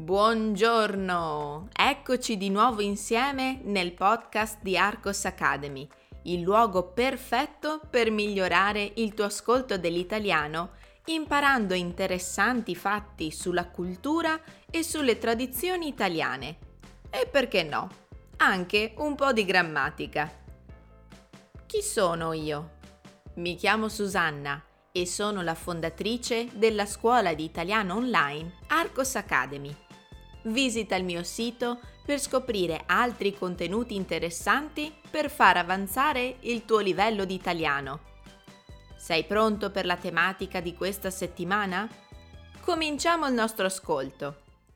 Buongiorno! Eccoci di nuovo insieme nel podcast di Arcos Academy, il luogo perfetto per migliorare il tuo ascolto dell'italiano, imparando interessanti fatti sulla cultura e sulle tradizioni italiane. E perché no? Anche un po' di grammatica. Chi sono io? Mi chiamo Susanna e sono la fondatrice della scuola di italiano online Arcos Academy. Visita il mio sito per scoprire altri contenuti interessanti per far avanzare il tuo livello di italiano. Sei pronto per la tematica di questa settimana? Cominciamo il nostro ascolto.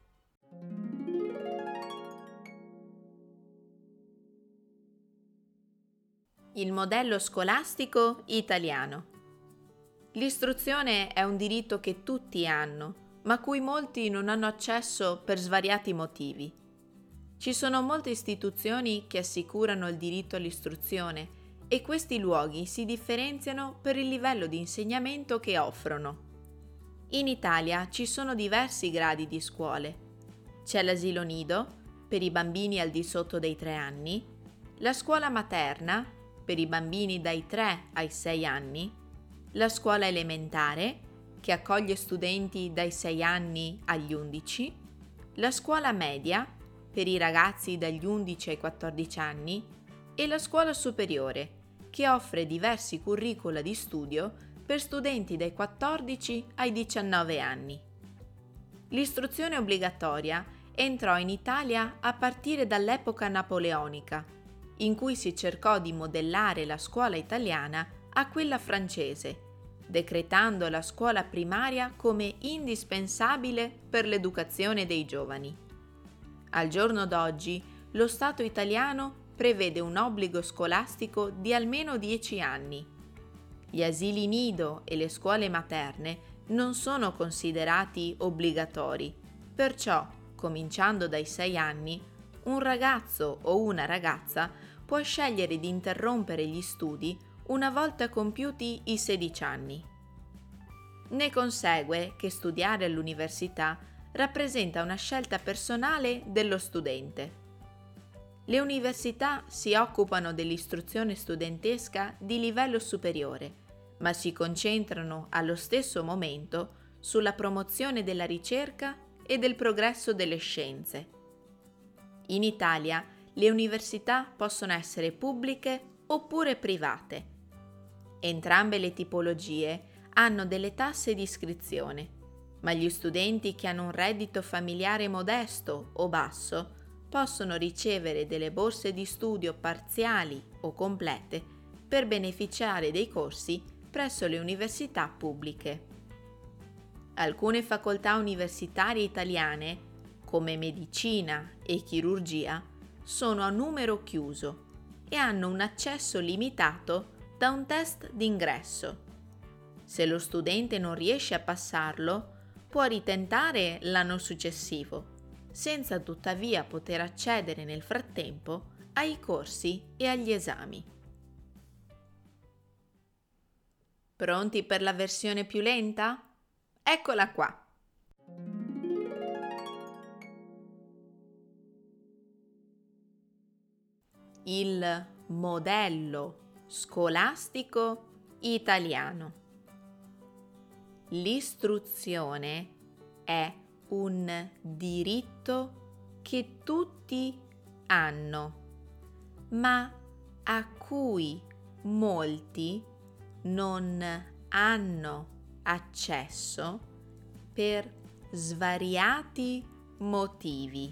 Il modello scolastico italiano. L'istruzione è un diritto che tutti hanno, ma a cui molti non hanno accesso per svariati motivi. Ci sono molte istituzioni che assicurano il diritto all'istruzione e questi luoghi si differenziano per il livello di insegnamento che offrono. In Italia ci sono diversi gradi di scuole. C'è l'asilo nido, per i bambini al di sotto dei 3 anni, la scuola materna, per i bambini dai 3 ai 6 anni, la scuola elementare, che accoglie studenti dai 6 anni agli 11, la scuola media, per i ragazzi dagli 11 ai 14 anni, e la scuola superiore, che offre diversi curricula di studio per studenti dai 14 ai 19 anni. L'istruzione obbligatoria entrò in Italia a partire dall'epoca napoleonica, in cui si cercò di modellare la scuola italiana a quella francese, decretando la scuola primaria come indispensabile per l'educazione dei giovani. Al giorno d'oggi, lo Stato italiano prevede un obbligo scolastico di almeno 10 anni. Gli asili nido e le scuole materne non sono considerati obbligatori, perciò, cominciando dai 6 anni, un ragazzo o una ragazza può scegliere di interrompere gli studi una volta compiuti i 16 anni. Ne consegue che studiare all'università rappresenta una scelta personale dello studente. Le università si occupano dell'istruzione studentesca di livello superiore, ma si concentrano allo stesso momento sulla promozione della ricerca e del progresso delle scienze. In Italia le università possono essere pubbliche oppure private. Entrambe le tipologie hanno delle tasse di iscrizione, ma gli studenti che hanno un reddito familiare modesto o basso possono ricevere delle borse di studio parziali o complete per beneficiare dei corsi presso le università pubbliche. Alcune facoltà universitarie italiane, come medicina e chirurgia, sono a numero chiuso e hanno un accesso limitato da un test d'ingresso. Se lo studente non riesce a passarlo, può ritentare l'anno successivo, senza tuttavia poter accedere nel frattempo ai corsi e agli esami. Pronti per la versione più lenta? Eccola qua! Il modello scolastico italiano. L'istruzione è un diritto che tutti hanno, ma a cui molti non hanno accesso per svariati motivi.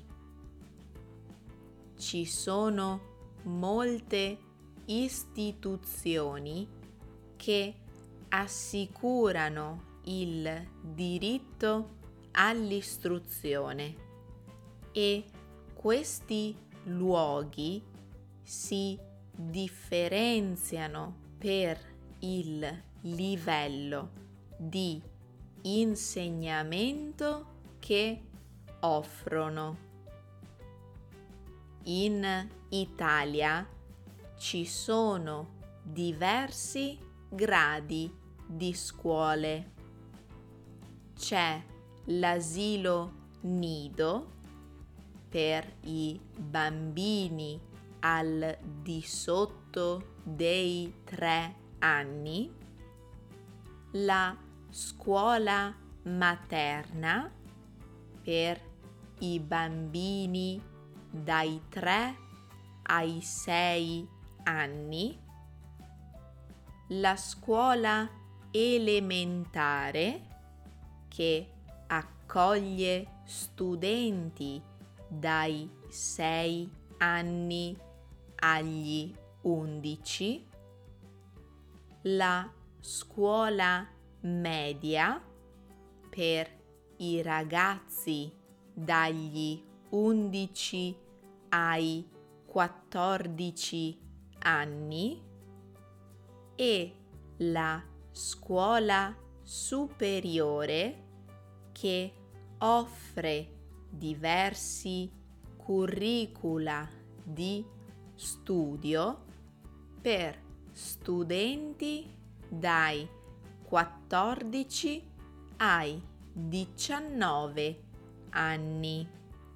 Ci sono molte istituzioni che assicurano il diritto all'istruzione e questi luoghi si differenziano per il livello di insegnamento che offrono. In Italia ci sono diversi gradi di scuole. C'è l'asilo nido per i bambini al di sotto dei 3 anni, la scuola materna per i bambini dai 3 ai 6 anni, la scuola elementare che accoglie studenti dai 6 anni agli 11, la scuola media per i ragazzi dagli 11 ai 14 anni e la scuola superiore che offre diversi curricula di studio per studenti dai 14 ai 19 anni.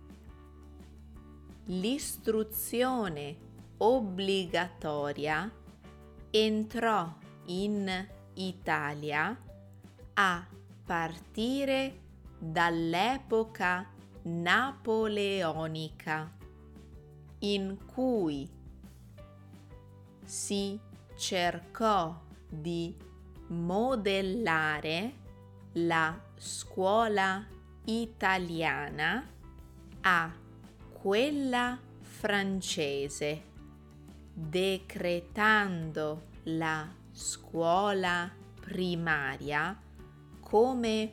L'istruzione obbligatoria entrò in Italia a partire dall'epoca napoleonica, in cui si cercò di modellare la scuola italiana a quella francese, decretando la scuola primaria come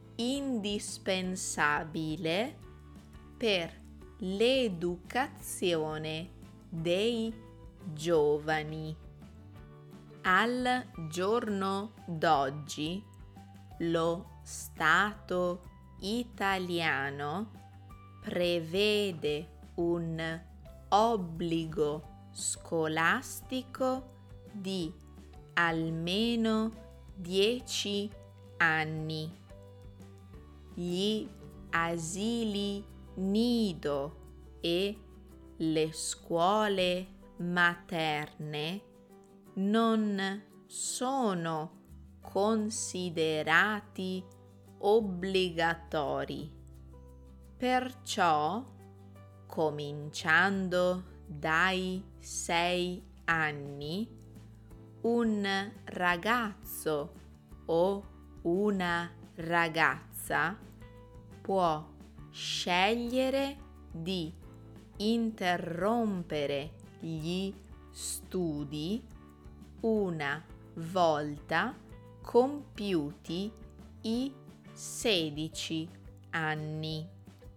indispensabile per l'educazione dei giovani. Al giorno d'oggi lo Stato italiano prevede un obbligo scolastico di almeno 10 anni. Gli asili nido e le scuole materne non sono considerati obbligatori. Perciò, cominciando dai 6 anni, un ragazzo o una ragazza può scegliere di interrompere gli studi una volta compiuti i 16 anni.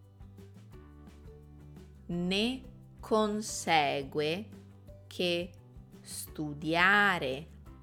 Ne consegue che studiare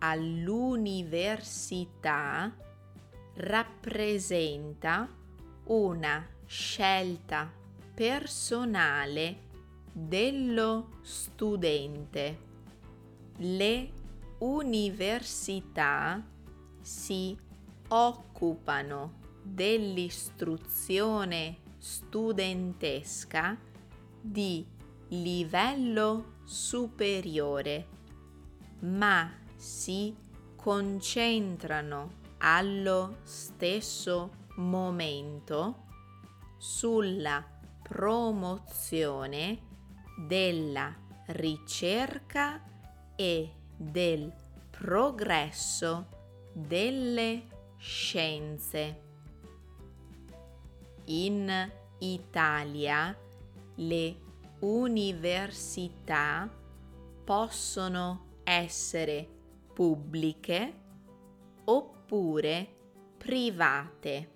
all'università rappresenta una scelta personale dello studente. Le università si occupano dell'istruzione studentesca di livello superiore, ma si concentrano allo stesso momento sulla promozione della ricerca e del progresso delle scienze. In Italia le università possono essere pubbliche oppure private.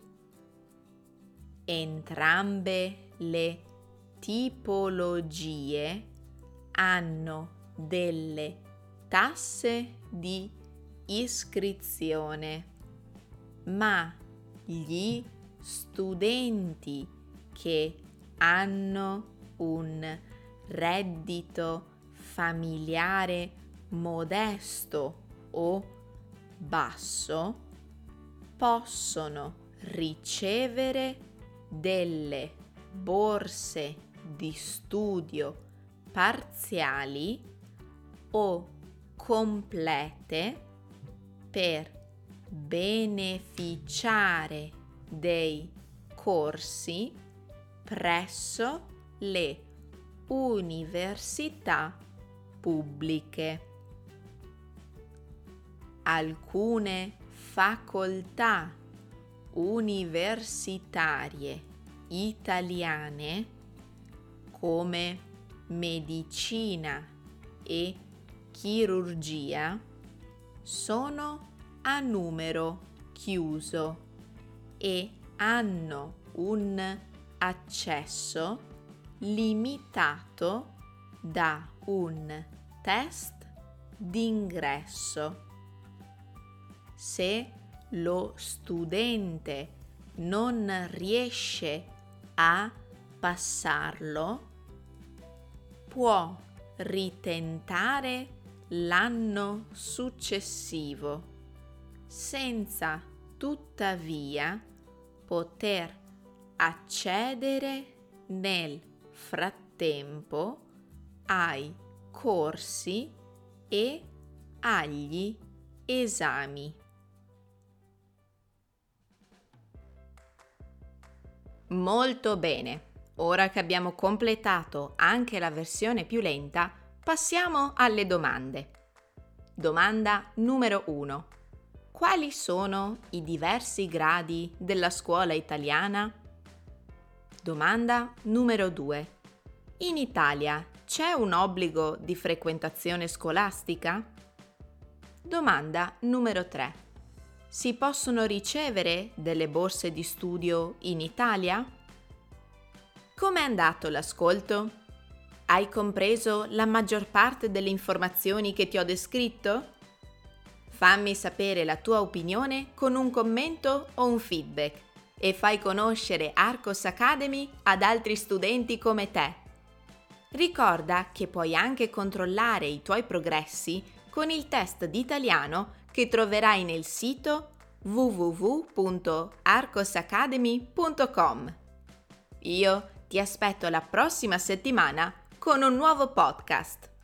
Entrambe le tipologie hanno delle tasse di iscrizione, ma gli studenti che hanno un reddito familiare modesto o basso possono ricevere delle borse di studio parziali o complete per beneficiare dei corsi presso le università pubbliche. Alcune facoltà universitarie italiane, come medicina e chirurgia, sono a numero chiuso e hanno un accesso limitato da un test d'ingresso. Se lo studente non riesce a passarlo, può ritentare l'anno successivo, senza tuttavia poter accedere nel frattempo ai corsi e agli esami. Molto bene, ora che abbiamo completato anche la versione più lenta, passiamo alle domande. Domanda numero 1. Quali sono i diversi gradi della scuola italiana? Domanda numero 2. In Italia c'è un obbligo di frequentazione scolastica? Domanda numero 3. Si possono ricevere delle borse di studio in Italia? Com'è andato l'ascolto? Hai compreso la maggior parte delle informazioni che ti ho descritto? Fammi sapere la tua opinione con un commento o un feedback e fai conoscere Arcos Academy ad altri studenti come te. Ricorda che puoi anche controllare i tuoi progressi con il test di italiano che troverai nel sito www.arcosacademy.com. Io ti aspetto la prossima settimana con un nuovo podcast.